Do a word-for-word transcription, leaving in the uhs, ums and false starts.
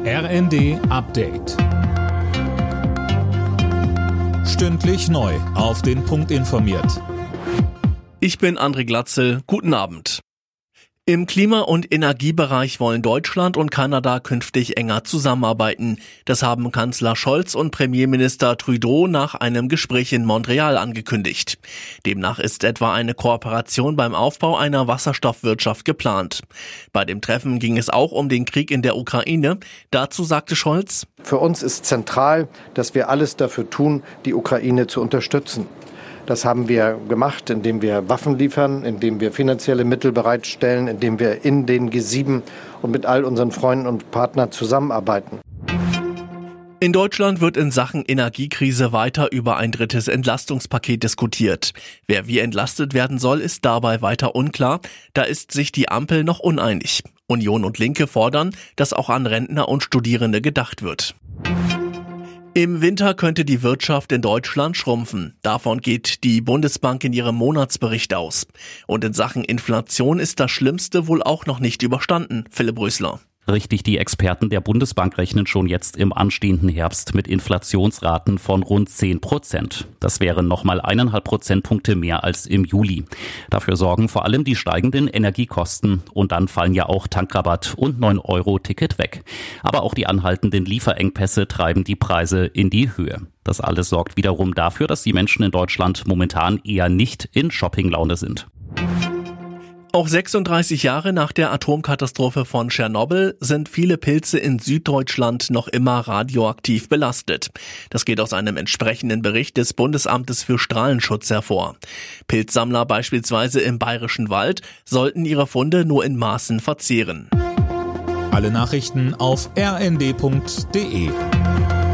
R N D Update. Stündlich neu auf den Punkt informiert. Ich bin André Glatzel. Guten Abend. Im Klima- und Energiebereich wollen Deutschland und Kanada künftig enger zusammenarbeiten. Das haben Kanzler Scholz und Premierminister Trudeau nach einem Gespräch in Montreal angekündigt. Demnach ist etwa eine Kooperation beim Aufbau einer Wasserstoffwirtschaft geplant. Bei dem Treffen ging es auch um den Krieg in der Ukraine. Dazu sagte Scholz: Für uns ist zentral, dass wir alles dafür tun, die Ukraine zu unterstützen. Das haben wir gemacht, indem wir Waffen liefern, indem wir finanzielle Mittel bereitstellen, indem wir in den G sieben und mit all unseren Freunden und Partnern zusammenarbeiten. In Deutschland wird in Sachen Energiekrise weiter über ein drittes Entlastungspaket diskutiert. Wer wie entlastet werden soll, ist dabei weiter unklar. Da ist sich die Ampel noch uneinig. Union und Linke fordern, dass auch an Rentner und Studierende gedacht wird. Im Winter könnte die Wirtschaft in Deutschland schrumpfen. Davon geht die Bundesbank in ihrem Monatsbericht aus. Und in Sachen Inflation ist das Schlimmste wohl auch noch nicht überstanden, Philipp Rösler. Richtig, die Experten der Bundesbank rechnen schon jetzt im anstehenden Herbst mit Inflationsraten von rund zehn Prozent. Das wären nochmal eineinhalb Prozentpunkte mehr als im Juli. Dafür sorgen vor allem die steigenden Energiekosten. Und dann fallen ja auch Tankrabatt und neun Euro Ticket weg. Aber auch die anhaltenden Lieferengpässe treiben die Preise in die Höhe. Das alles sorgt wiederum dafür, dass die Menschen in Deutschland momentan eher nicht in Shoppinglaune sind. Auch sechsunddreißig Jahre nach der Atomkatastrophe von Tschernobyl sind viele Pilze in Süddeutschland noch immer radioaktiv belastet. Das geht aus einem entsprechenden Bericht des Bundesamtes für Strahlenschutz hervor. Pilzsammler beispielsweise im Bayerischen Wald sollten ihre Funde nur in Maßen verzehren. Alle Nachrichten auf r n d punkt d e.